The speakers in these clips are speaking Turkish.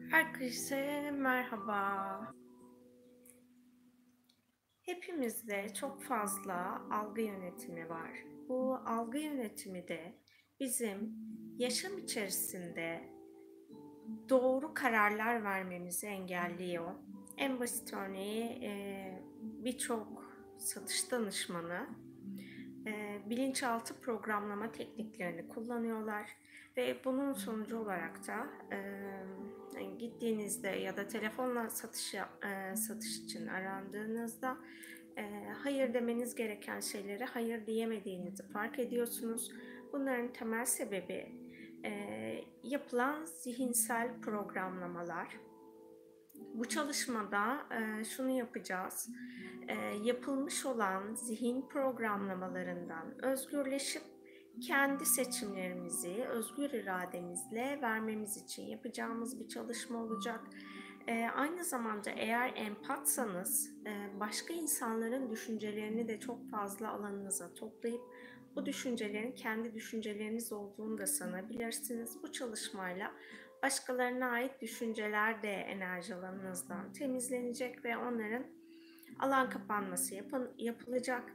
Herkese merhaba. Hepimizde çok fazla algı yönetimi var. Bu algı yönetimi de bizim yaşam içerisinde doğru kararlar vermemizi engelliyor. En basit örneği birçok satış danışmanı bilinçaltı programlama tekniklerini kullanıyorlar ve bunun sonucu olarak da gittiğinizde ya da telefonla satış için arandığınızda hayır demeniz gereken şeylere hayır diyemediğinizi fark ediyorsunuz. Bunların temel sebebi yapılan zihinsel programlamalar. Bu çalışmada şunu yapacağız. Yapılmış olan zihin programlamalarından özgürleşip kendi seçimlerimizi özgür irademizle vermemiz için yapacağımız bir çalışma olacak. Aynı zamanda eğer empatsanız başka insanların düşüncelerini de çok fazla alanınıza toplayıp bu düşüncelerin kendi düşünceleriniz olduğunu da sanabilirsiniz. Bu çalışmayla başkalarına ait düşünceler de enerji alanınızdan temizlenecek ve onların alan kapanması yapılacak.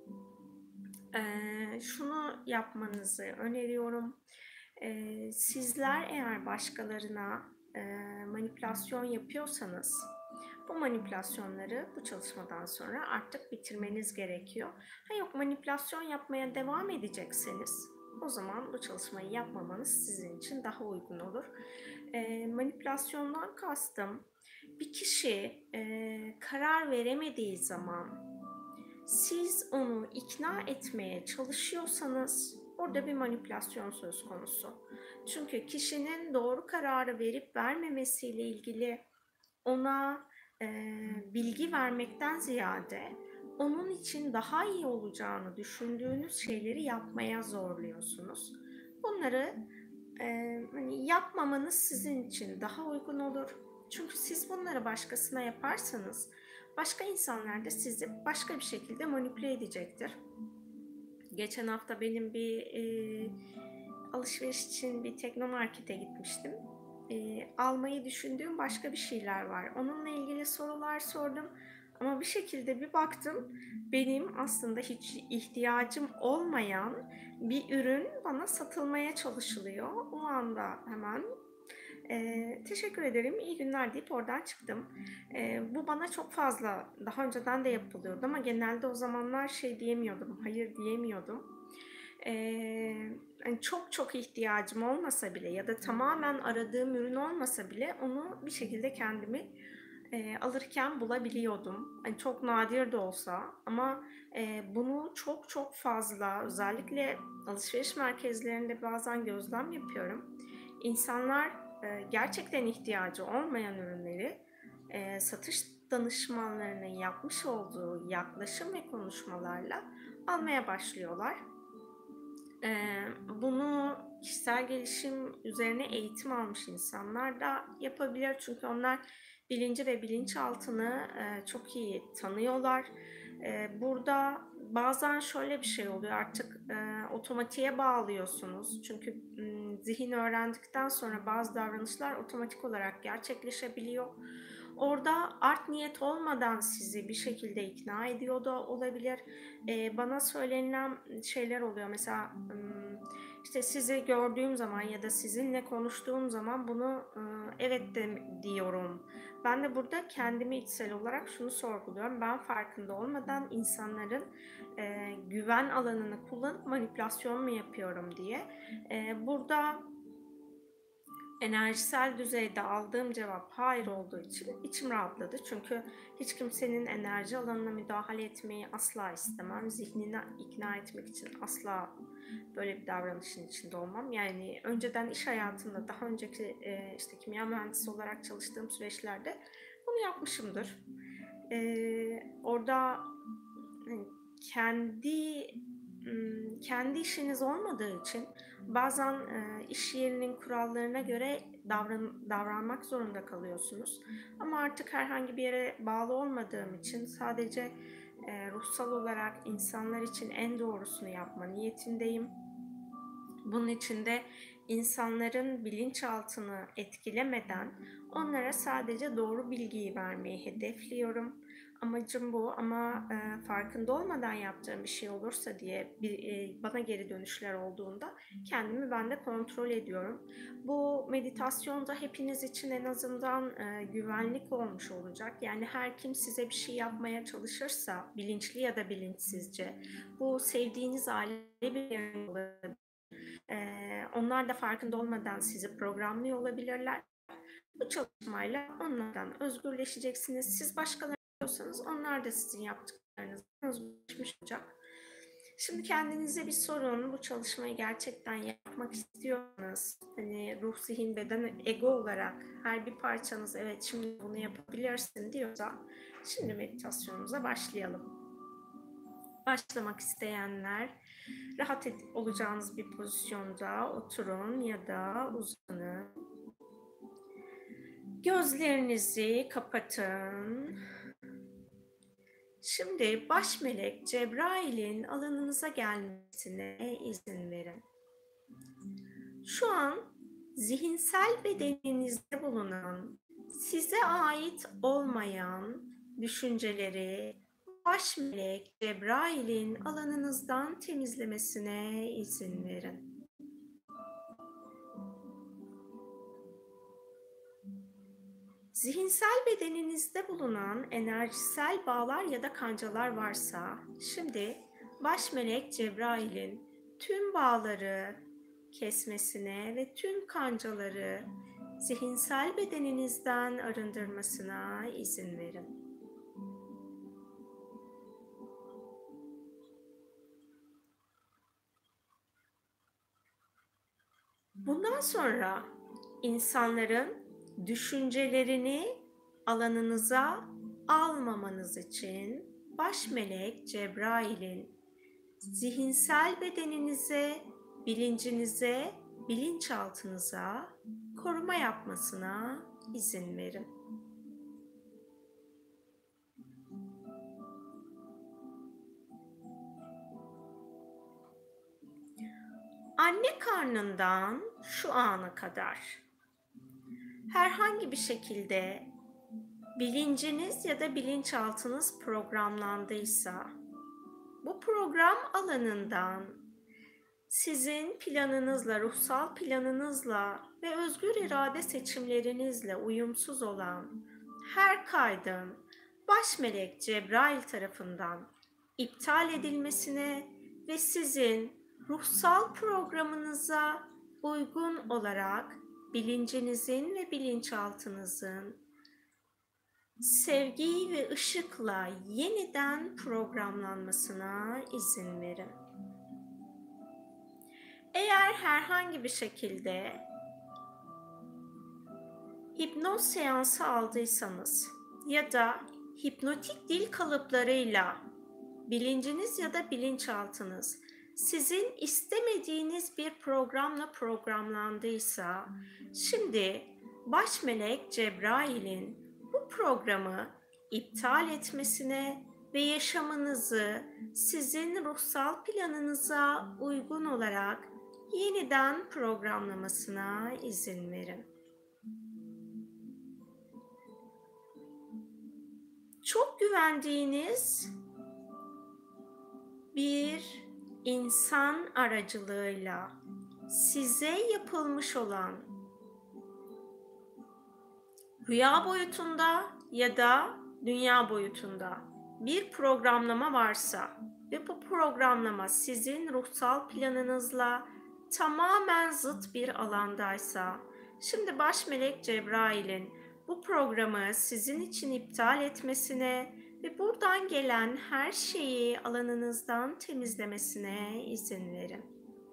Şunu yapmanızı öneriyorum. Sizler eğer başkalarına manipülasyon yapıyorsanız bu manipülasyonları bu çalışmadan sonra artık bitirmeniz gerekiyor. Ha yok, manipülasyon yapmaya devam edecekseniz o zaman bu çalışmayı yapmamanız sizin için daha uygun olur. Manipülasyondan kastım, bir kişi karar veremediği zaman siz onu ikna etmeye çalışıyorsanız orada bir manipülasyon söz konusu. Çünkü kişinin doğru kararı verip vermemesiyle ilgili ona bilgi vermekten ziyade onun için daha iyi olacağını düşündüğünüz şeyleri yapmaya zorluyorsunuz. Bunları hani yapmamanız sizin için daha uygun olur. Çünkü siz bunları başkasına yaparsanız başka insanlar da sizi başka bir şekilde manipüle edecektir. Geçen hafta benim bir alışveriş için bir teknomarkete gitmiştim. Almayı düşündüğüm başka bir şeyler var. Onunla ilgili sorular sordum. Ama bir şekilde bir baktım, benim aslında hiç ihtiyacım olmayan bir ürün bana satılmaya çalışılıyor. O anda hemen teşekkür ederim, iyi günler deyip oradan çıktım. Bu bana çok fazla daha önceden de yapılıyordu ama genelde o zamanlar şey diyemiyordum, hayır diyemiyordum. Yani çok çok ihtiyacım olmasa bile ya da tamamen aradığım ürün olmasa bile onu bir şekilde kendimi alırken bulabiliyordum. Yani çok nadir de olsa ama bunu çok çok fazla, özellikle alışveriş merkezlerinde bazen gözlem yapıyorum. İnsanlar gerçekten ihtiyacı olmayan ürünleri satış danışmanlarının yapmış olduğu yaklaşım ve konuşmalarla almaya başlıyorlar. Bunu kişisel gelişim üzerine eğitim almış insanlar da yapabilir. Çünkü onlar bilinci ve bilinçaltını çok iyi tanıyorlar. Burada bazen şöyle bir şey oluyor, artık otomatiğe bağlıyorsunuz. Çünkü zihin öğrendikten sonra bazı davranışlar otomatik olarak gerçekleşebiliyor. Orada art niyet olmadan sizi bir şekilde ikna ediyor da olabilir. Bana söylenilen şeyler oluyor. Mesela işte sizi gördüğüm zaman ya da sizinle konuştuğum zaman bunu evet de diyorum. Ben de burada kendimi içsel olarak şunu sorguluyorum. Ben farkında olmadan insanların güven alanını kullanıp manipülasyon mu yapıyorum diye. Burada enerjisel düzeyde aldığım cevap hayır olduğu için içim rahatladı. Çünkü hiç kimsenin enerji alanına müdahale etmeyi asla istemem. Zihnini ikna etmek için asla böyle bir davranışın içinde olmam. Yani önceden iş hayatımda, daha önceki işte kimya mühendisi olarak çalıştığım süreçlerde bunu yapmışımdır. Orada hani kendi kendi işiniz olmadığı için bazen iş yerinin kurallarına göre davranmak zorunda kalıyorsunuz. Ama artık herhangi bir yere bağlı olmadığım için sadece ruhsal olarak insanlar için en doğrusunu yapma niyetindeyim. Bunun için de insanların bilinçaltını etkilemeden onlara sadece doğru bilgiyi vermeyi hedefliyorum. Amacım bu ama farkında olmadan yaptığım bir şey olursa diye bana geri dönüşler olduğunda kendimi ben de kontrol ediyorum. Bu meditasyonda hepiniz için en azından güvenlik olmuş olacak. Yani her kim size bir şey yapmaya çalışırsa, bilinçli ya da bilinçsizce, bu sevdiğiniz aile bireyleri olabilir. Onlar da farkında olmadan sizi programlıyor olabilirler. Bu çalışmayla onlardan özgürleşeceksiniz. Siz başkalarını yapıyorsanız onlar da sizin yaptıklarınızdan özgürleşmiş olacak. Şimdi kendinize bir sorun, bu çalışmayı gerçekten yapmak istiyorsanız, hani ruh, zihin, beden, ego olarak her bir parçanız evet şimdi bunu yapabilirsin diyorsa, şimdi meditasyonumuza başlayalım. Başlamak isteyenler rahat olacağınız bir pozisyonda oturun ya da uzanın. Gözlerinizi kapatın. Şimdi baş melek Cebrail'in alanınıza gelmesine izin verin. Şu an zihinsel bedeninizde bulunan, size ait olmayan düşünceleri baş melek Cebrail'in alanınızdan temizlemesine izin verin. Zihinsel bedeninizde bulunan enerjisel bağlar ya da kancalar varsa, şimdi baş melek Cebrail'in tüm bağları kesmesine ve tüm kancaları zihinsel bedeninizden arındırmasına izin verin. Bundan sonra insanların düşüncelerini alanınıza almamanız için baş melek Cebrail'in zihinsel bedeninize, bilincinize, bilinçaltınıza koruma yapmasına izin verin. Anne karnından şu ana kadar herhangi bir şekilde bilinciniz ya da bilinçaltınız programlandıysa, bu program alanından sizin planınızla, ruhsal planınızla ve özgür irade seçimlerinizle uyumsuz olan her kaydın baş melek Cebrail tarafından iptal edilmesine ve sizin ruhsal programınıza uygun olarak bilincinizin ve bilinçaltınızın sevgi ve ışıkla yeniden programlanmasına izin verin. Eğer herhangi bir şekilde hipnoz seansı aldıysanız ya da hipnotik dil kalıplarıyla bilinciniz ya da bilinçaltınız sizin istemediğiniz bir programla programlandıysa, şimdi baş melek Cebrail'in bu programı iptal etmesine ve yaşamınızı sizin ruhsal planınıza uygun olarak yeniden programlamasına izin verin. Çok güvendiğiniz bir insan aracılığıyla size yapılmış olan rüya boyutunda ya da dünya boyutunda bir programlama varsa ve bu programlama sizin ruhsal planınızla tamamen zıt bir alandaysa, şimdi baş melek Cebrail'in bu programı sizin için iptal etmesine ve buradan gelen her şeyi alanınızdan temizlemesine izin verin.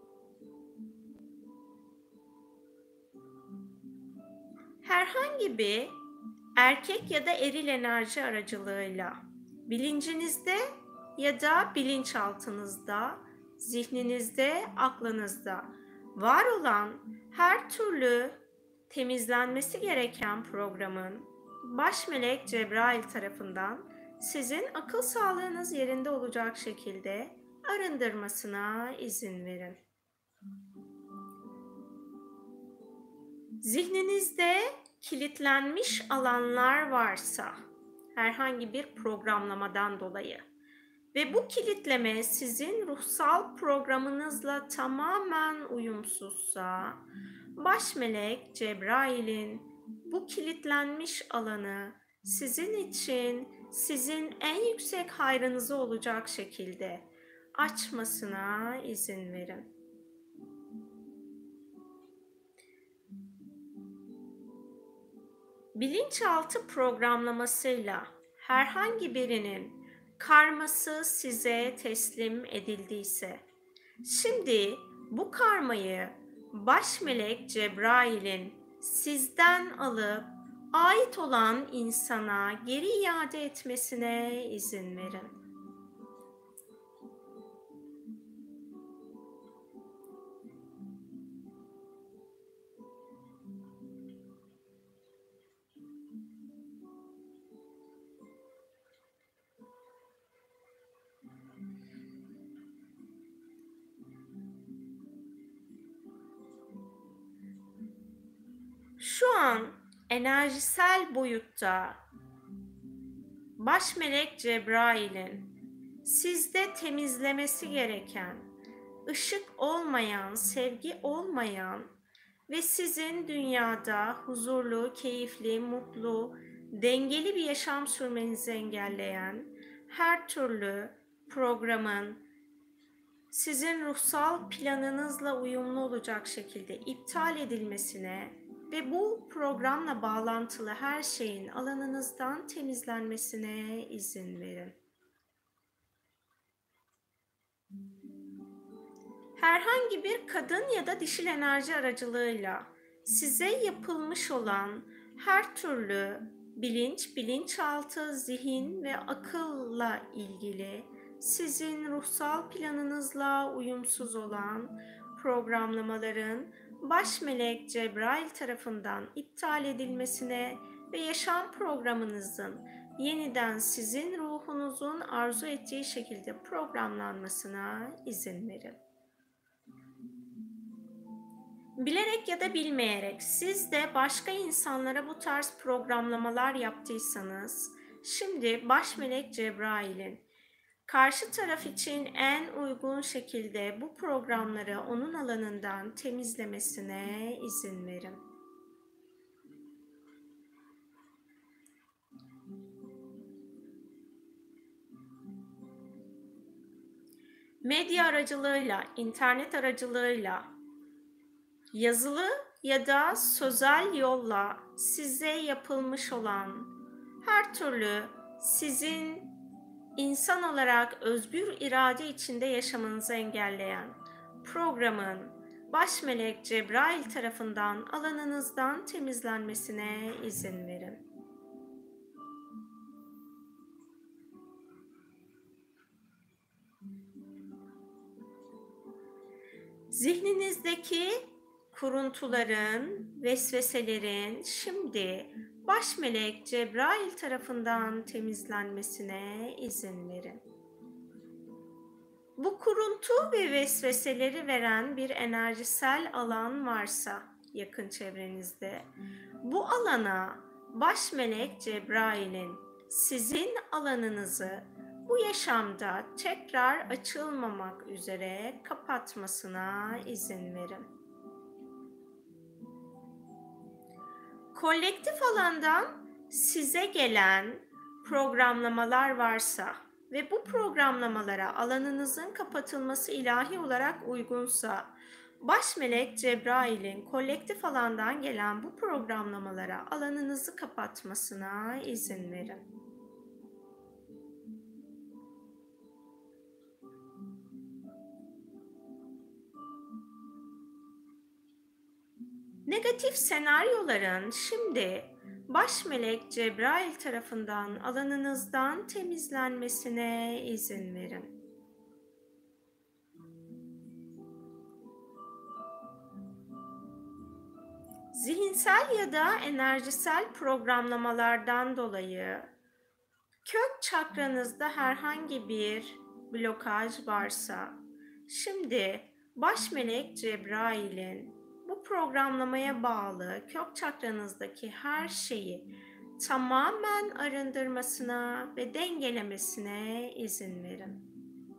Herhangi bir erkek ya da eril enerji aracılığıyla bilincinizde ya da bilinçaltınızda, zihninizde, aklınızda var olan her türlü temizlenmesi gereken programın baş melek Cebrail tarafından sizin akıl sağlığınız yerinde olacak şekilde arındırmasına izin verin. Zihninizde kilitlenmiş alanlar varsa herhangi bir programlamadan dolayı ve bu kilitleme sizin ruhsal programınızla tamamen uyumsuzsa, baş melek Cebrail'in bu kilitlenmiş alanı sizin için sizin en yüksek hayrınıza olacak şekilde açmasına izin verin. Bilinçaltı programlamasıyla herhangi birinin karması size teslim edildiyse, şimdi bu karmayı baş melek Cebrail'in sizden alıp ait olan insana geri iade etmesine izin verin. Şu an enerjisel boyutta baş melek Cebrail'in sizde temizlemesi gereken, ışık olmayan, sevgi olmayan ve sizin dünyada huzurlu, keyifli, mutlu, dengeli bir yaşam sürmenizi engelleyen her türlü programın sizin ruhsal planınızla uyumlu olacak şekilde iptal edilmesine ve bu programla bağlantılı her şeyin alanınızdan temizlenmesine izin verin. Herhangi bir kadın ya da dişil enerji aracılığıyla size yapılmış olan her türlü bilinç, bilinçaltı, zihin ve akılla ilgili sizin ruhsal planınızla uyumsuz olan programlamaların baş melek Cebrail tarafından iptal edilmesine ve yaşam programınızın yeniden sizin ruhunuzun arzu ettiği şekilde programlanmasına izin verin. Bilerek ya da bilmeyerek siz de başka insanlara bu tarz programlamalar yaptıysanız, şimdi baş melek Cebrail'in karşı taraf için en uygun şekilde bu programları onun alanından temizlemesine izin verin. Medya aracılığıyla, internet aracılığıyla, yazılı ya da sözel yolla size yapılmış olan her türlü sizin insan olarak özgür irade içinde yaşamanızı engelleyen programın baş melek Cebrail tarafından alanınızdan temizlenmesine izin verin. Zihninizdeki kuruntuların, vesveselerin şimdi baş melek Cebrail tarafından temizlenmesine izin verin. Bu kuruntu ve vesveseleri veren bir enerjisel alan varsa yakın çevrenizde, bu alana baş melek Cebrail'in sizin alanınızı bu yaşamda tekrar açılmamak üzere kapatmasına izin verin. Kolektif alandan size gelen programlamalar varsa ve bu programlamalara alanınızın kapatılması ilahi olarak uygunsa, baş melek Cebrail'in kolektif alandan gelen bu programlamalara alanınızı kapatmasına izin verin. Negatif senaryoların şimdi baş melek Cebrail tarafından alanınızdan temizlenmesine izin verin. Zihinsel ya da enerjisel programlamalardan dolayı kök çakranızda herhangi bir blokaj varsa, şimdi baş melek Cebrail'in bu programlamaya bağlı kök çakranızdaki her şeyi tamamen arındırmasına ve dengelemesine izin verin.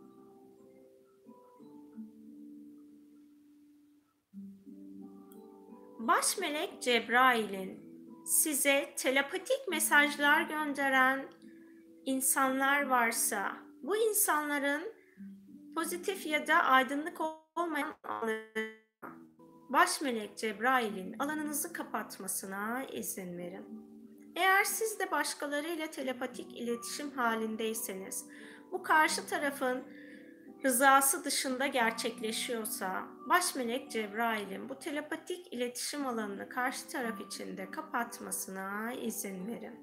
Baş melek Cebrail'in size telepatik mesajlar gönderen insanlar varsa, bu insanların pozitif ya da aydınlık olmayan anları, baş melek Cebrail'in alanınızı kapatmasına izin verin. Eğer siz de başkalarıyla telepatik iletişim halindeyseniz, bu karşı tarafın rızası dışında gerçekleşiyorsa, baş melek Cebrail'in bu telepatik iletişim alanını karşı taraf için de kapatmasına izin verin.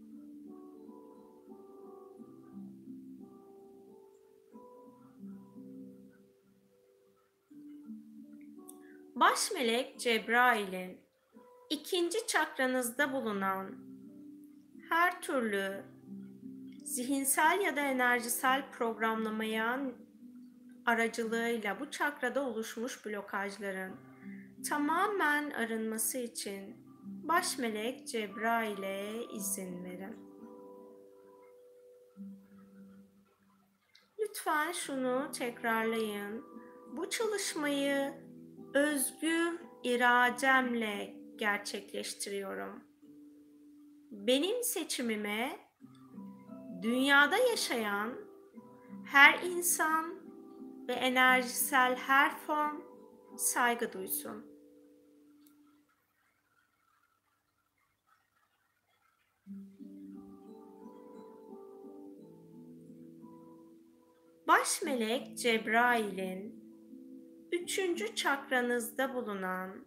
Baş melek Cebrail'in ikinci çakranızda bulunan her türlü zihinsel ya da enerjisel programlamaya aracılığıyla bu çakrada oluşmuş blokajların tamamen arınması için baş melek Cebrail'e izin verin. Lütfen şunu tekrarlayın. Bu çalışmayı özgür irademle gerçekleştiriyorum. Benim seçimime dünyada yaşayan her insan ve enerjisel her form saygı duysun. Baş melek Cebrail'in 3. çakranızda bulunan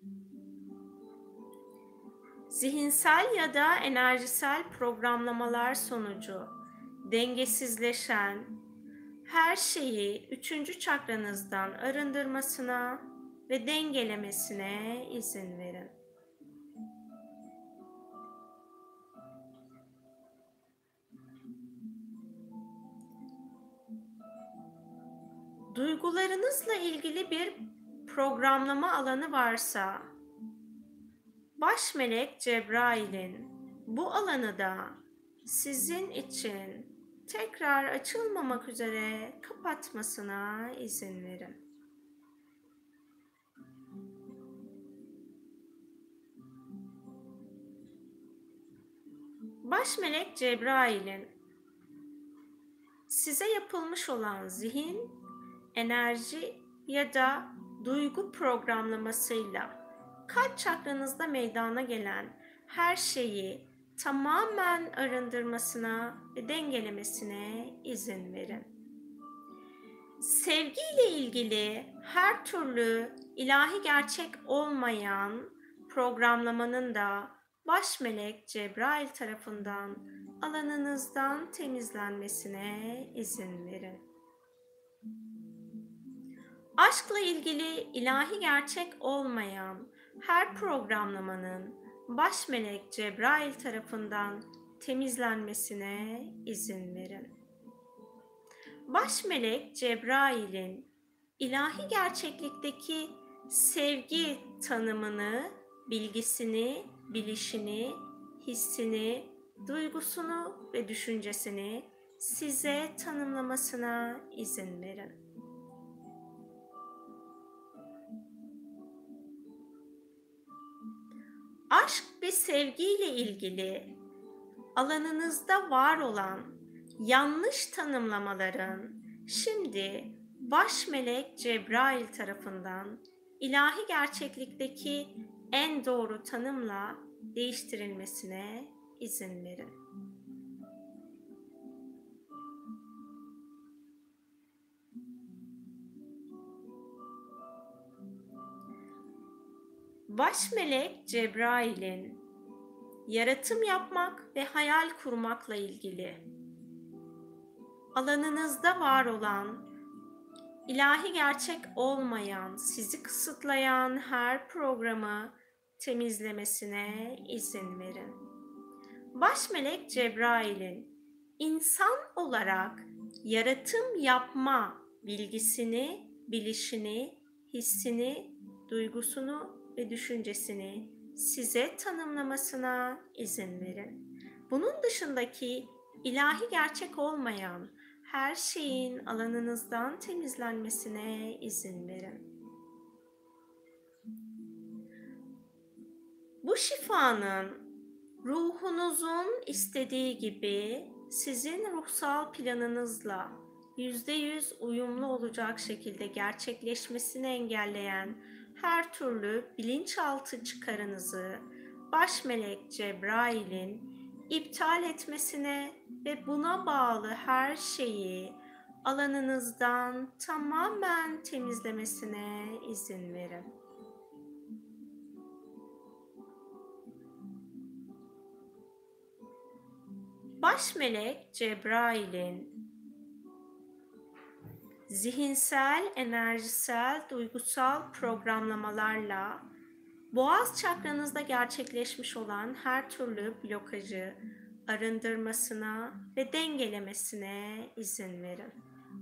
zihinsel ya da enerjisel programlamalar sonucu dengesizleşen her şeyi 3. çakranızdan arındırmasına ve dengelemesine izin verin. Duygularınızla ilgili bir programlama alanı varsa, baş melek Cebrail'in bu alanı da sizin için tekrar açılmamak üzere kapatmasına izin verin. Baş melek Cebrail'in size yapılmış olan zihin, enerji ya da duygu programlamasıyla kalp çakranızda meydana gelen her şeyi tamamen arındırmasına ve dengelemesine izin verin. Sevgiyle ilgili her türlü ilahi gerçek olmayan programlamanın da baş melek Cebrail tarafından alanınızdan temizlenmesine izin verin. Aşkla ilgili ilahi gerçek olmayan her programlamanın baş melek Cebrail tarafından temizlenmesine izin verin. Baş melek Cebrail'in ilahi gerçeklikteki sevgi tanımını, bilgisini, bilişini, hissini, duygusunu ve düşüncesini size tanımlamasına izin verin. Aşk ve sevgiyle ilgili alanınızda var olan yanlış tanımlamaların şimdi baş melek Cebrail tarafından ilahi gerçeklikteki en doğru tanımla değiştirilmesine izin verin. Baş melek Cebrail'in yaratım yapmak ve hayal kurmakla ilgili alanınızda var olan ilahi gerçek olmayan, sizi kısıtlayan her programı temizlemesine izin verin. Baş melek Cebrail'in insan olarak yaratım yapma bilgisini, bilişini, hissini, duygusunu ve düşüncesini size tanımlamasına izin verin. Bunun dışındaki ilahi gerçek olmayan her şeyin alanınızdan temizlenmesine izin verin. Bu şifanın ruhunuzun istediği gibi sizin ruhsal planınızla %100 uyumlu olacak şekilde gerçekleşmesini engelleyen her türlü bilinçaltı çıkarınızı baş melek Cebrail'in iptal etmesine ve buna bağlı her şeyi alanınızdan tamamen temizlemesine izin verin. Baş melek Cebrail'in zihinsel, enerjisel, duygusal programlamalarla boğaz çakranızda gerçekleşmiş olan her türlü blokajı arındırmasına ve dengelemesine izin verin.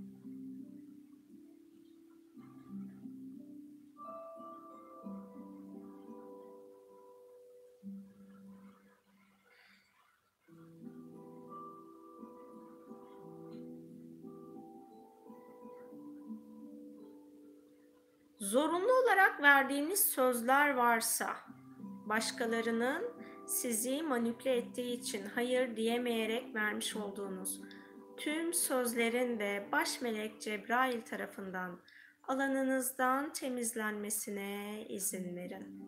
Zorunlu olarak verdiğiniz sözler varsa, başkalarının sizi manipüle ettiği için hayır diyemeyerek vermiş olduğunuz tüm sözlerin de baş melek Cebrail tarafından alanınızdan temizlenmesine izin verin.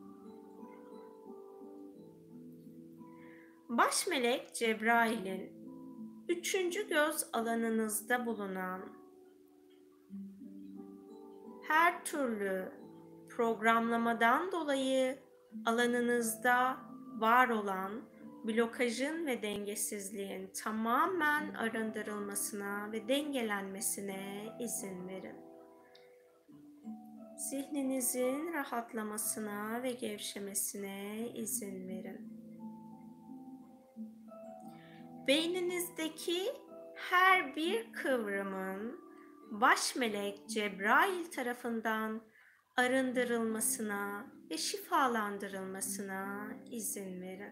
Baş melek Cebrail'in 3. göz alanınızda bulunan her türlü programlamadan dolayı alanınızda var olan blokajın ve dengesizliğin tamamen arındırılmasına ve dengelenmesine izin verin. Zihninizin rahatlamasına ve gevşemesine izin verin. Beyninizdeki her bir kıvrımın baş melek Cebrail tarafından arındırılmasına ve şifalandırılmasına izin verin.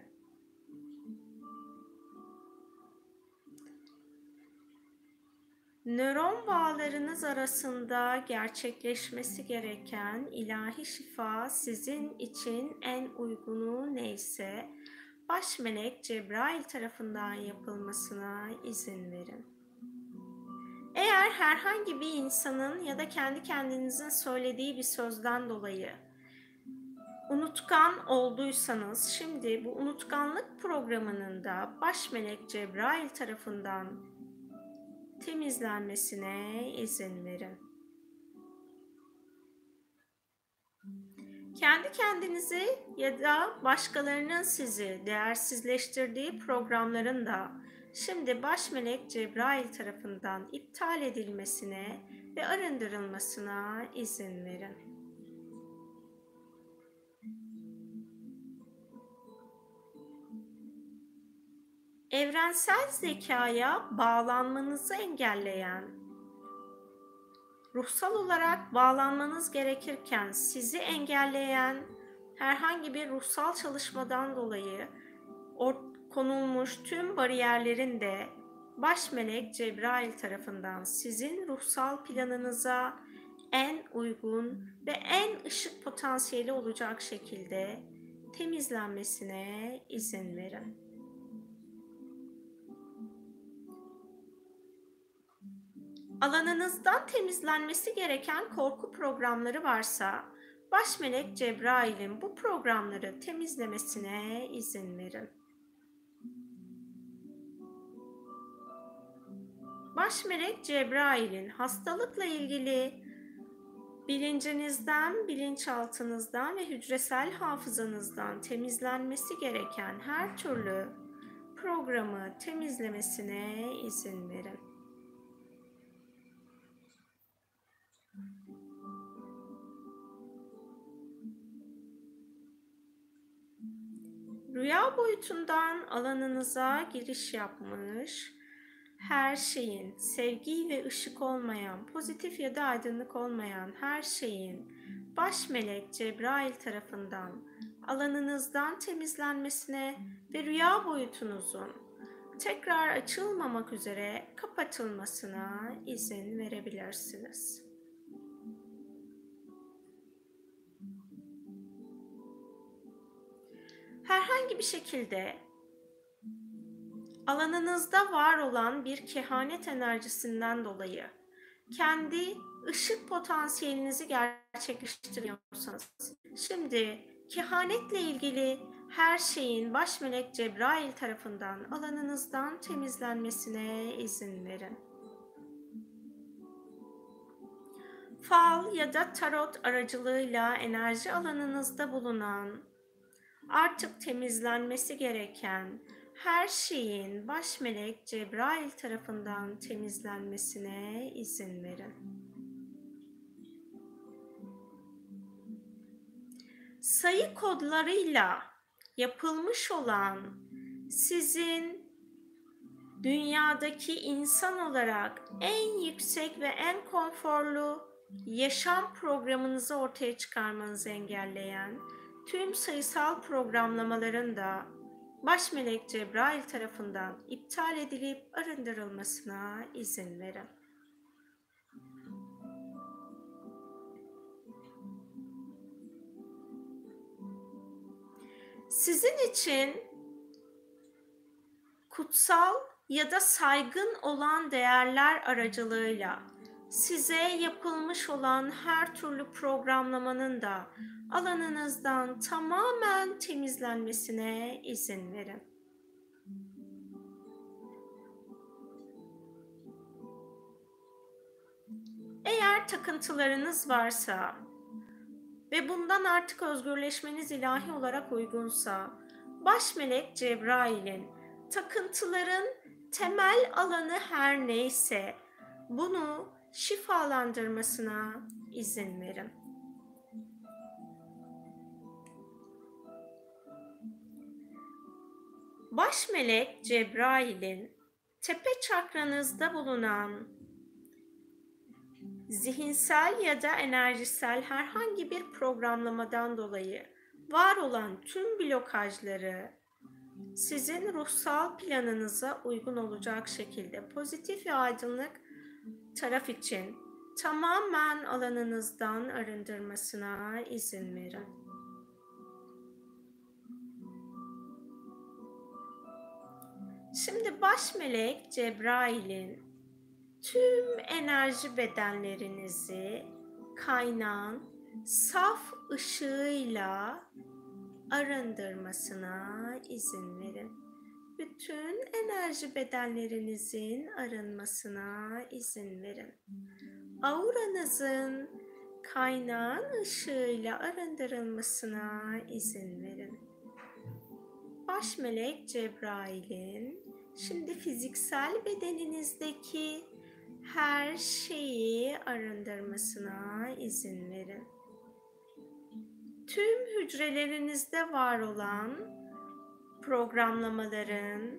Nöron bağlarınız arasında gerçekleşmesi gereken ilahi şifa sizin için en uygunu neyse, baş melek Cebrail tarafından yapılmasına izin verin. Eğer herhangi bir insanın ya da kendi kendinizin söylediği bir sözden dolayı unutkan olduysanız, şimdi bu unutkanlık programının da baş melek Cebrail tarafından temizlenmesine izin verin. Kendi kendinizi ya da başkalarının sizi değersizleştirdiği programların da şimdi baş melek Cebrail tarafından iptal edilmesine ve arındırılmasına izin verin. Evrensel zekaya bağlanmanızı engelleyen, ruhsal olarak bağlanmanız gerekirken sizi engelleyen herhangi bir ruhsal çalışmadan dolayı konulmuş tüm bariyerlerin de baş melek Cebrail tarafından sizin ruhsal planınıza en uygun ve en ışık potansiyeli olacak şekilde temizlenmesine izin verin. Alanınızdan temizlenmesi gereken korku programları varsa, baş melek Cebrail'in bu programları temizlemesine izin verin. Baş melek Cebrail'in hastalıkla ilgili bilincinizden, bilinçaltınızdan ve hücresel hafızanızdan temizlenmesi gereken her türlü programı temizlemesine izin verin. Rüya boyutundan alanınıza giriş yapmış, her şeyin, sevgi ve ışık olmayan, pozitif ya da aydınlık olmayan her şeyin baş melek Cebrail tarafından alanınızdan temizlenmesine ve rüya boyutunuzun tekrar açılmamak üzere kapatılmasına izin verebilirsiniz. Herhangi bir şekilde alanınızda var olan bir kehanet enerjisinden dolayı kendi ışık potansiyelinizi gerçekleştiriyorsanız, şimdi kehanetle ilgili her şeyin baş melek Cebrail tarafından alanınızdan temizlenmesine izin verin. Fal ya da tarot aracılığıyla enerji alanınızda bulunan, artık temizlenmesi gereken her şeyin baş melek Cebrail tarafından temizlenmesine izin verin. Sayı kodlarıyla yapılmış olan sizin dünyadaki insan olarak en yüksek ve en konforlu yaşam programınızı ortaya çıkarmanızı engelleyen tüm sayısal programlamaların da baş melek Cebrail tarafından iptal edilip arındırılmasına izin verin. Sizin için kutsal ya da saygın olan değerler aracılığıyla size yapılmış olan her türlü programlamanın da alanınızdan tamamen temizlenmesine izin verin. Eğer takıntılarınız varsa ve bundan artık özgürleşmeniz ilahi olarak uygunsa, baş melek Cebrail'in takıntıların temel alanı her neyse bunu şifalandırmasına izin verin. Baş melek Cebrail'in tepe çakranızda bulunan zihinsel ya da enerjisel herhangi bir programlamadan dolayı var olan tüm blokajları sizin ruhsal planınıza uygun olacak şekilde pozitif ve aydınlık taraf için tamamen alanınızdan arındırmasına izin verin. Şimdi baş melek Cebrail'in tüm enerji bedenlerinizi kaynağın saf ışığıyla arındırmasına izin verin. Bütün enerji bedenlerinizin arınmasına izin verin. Auranızın kaynağın ışığıyla arındırılmasına izin verin. Baş melek Cebrail'in şimdi fiziksel bedeninizdeki her şeyi arındırmasına izin verin. Tüm hücrelerinizde var olan programlamaların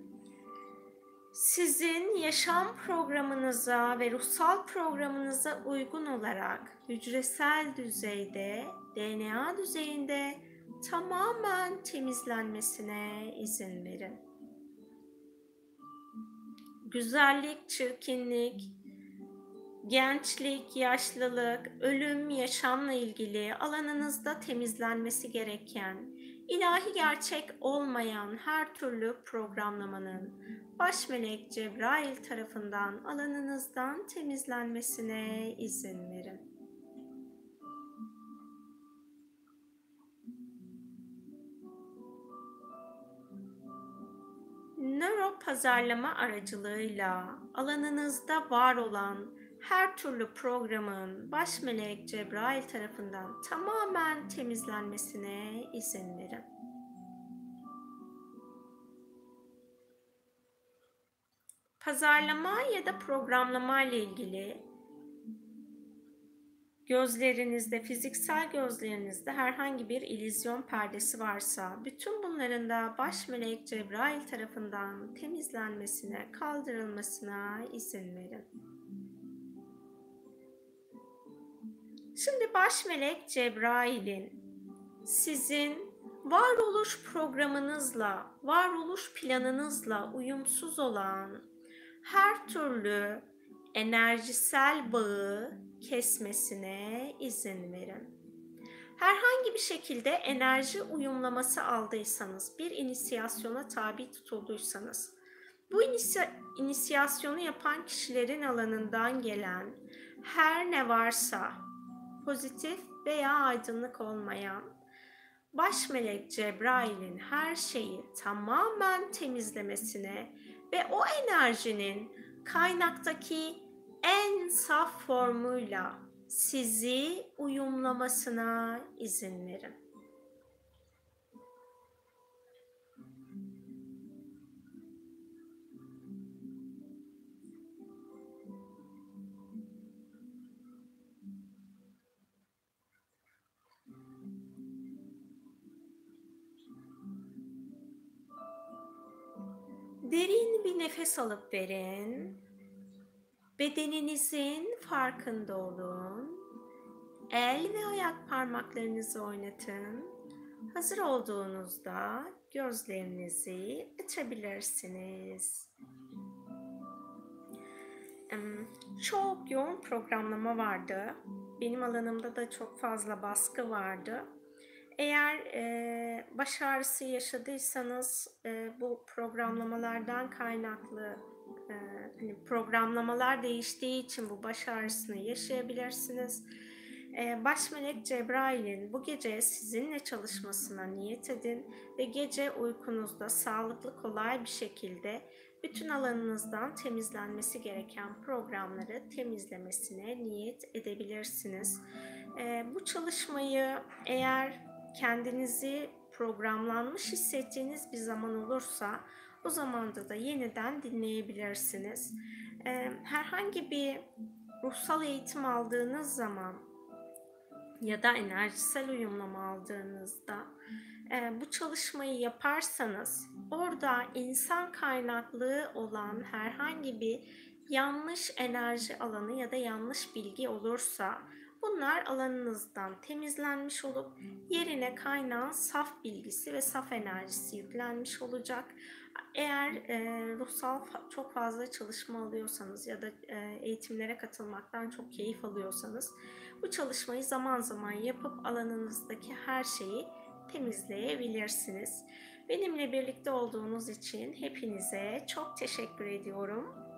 sizin yaşam programınıza ve ruhsal programınıza uygun olarak hücresel düzeyde, DNA düzeyinde tamamen temizlenmesine izin verin. Güzellik, çirkinlik, gençlik, yaşlılık, ölüm, yaşamla ilgili alanınızda temizlenmesi gereken, ilahi gerçek olmayan her türlü programlamanın baş melek Cebrail tarafından alanınızdan temizlenmesine izin verin. Nöro pazarlama aracılığıyla alanınızda var olan her türlü programın baş melek Cebrail tarafından tamamen temizlenmesine izin verin. Pazarlama ya da programlama ile ilgili gözlerinizde, fiziksel gözlerinizde herhangi bir illüzyon perdesi varsa, bütün bunların da baş melek Cebrail tarafından temizlenmesine, kaldırılmasına izin verin. Şimdi baş melek Cebrail'in sizin varoluş programınızla, varoluş planınızla uyumsuz olan her türlü enerjisel bağı kesmesine izin verin. Herhangi bir şekilde enerji uyumlaması aldıysanız, bir inisiyasyona tabi tutulduysanız, bu inisiyasyonu yapan kişilerin alanından gelen her ne varsa, pozitif veya aydınlık olmayan, baş melek Cebrail'in her şeyi tamamen temizlemesine ve o enerjinin kaynaktaki en saf formuyla sizi uyumlamasına izin verin. Derin bir nefes alıp verin. Bedeninizin farkında olun. El ve ayak parmaklarınızı oynatın. Hazır olduğunuzda gözlerinizi açabilirsiniz. Çok yoğun programlama vardı. Benim alanımda da çok fazla baskı vardı. Eğer baş ağrısı yaşadıysanız bu programlamalardan kaynaklı hani programlamalar değiştiği için bu baş ağrısını yaşayabilirsiniz. Baş melek Cebrail'in bu gece sizinle çalışmasına niyet edin ve gece uykunuzda sağlıklı, kolay bir şekilde bütün alanınızdan temizlenmesi gereken programları temizlemesine niyet edebilirsiniz. Bu çalışmayı eğer kendinizi programlanmış hissettiğiniz bir zaman olursa o zamanda da yeniden dinleyebilirsiniz. Herhangi bir ruhsal eğitim aldığınız zaman ya da enerjisel uyumlama aldığınızda bu çalışmayı yaparsanız orada insan kaynaklı olan herhangi bir yanlış enerji alanı ya da yanlış bilgi olursa bunlar alanınızdan temizlenmiş olup yerine kaynağın saf bilgisi ve saf enerjisi yüklenmiş olacak. Eğer ruhsal çok fazla çalışma alıyorsanız ya da eğitimlere katılmaktan çok keyif alıyorsanız bu çalışmayı zaman zaman yapıp alanınızdaki her şeyi temizleyebilirsiniz. Benimle birlikte olduğunuz için hepinize çok teşekkür ediyorum.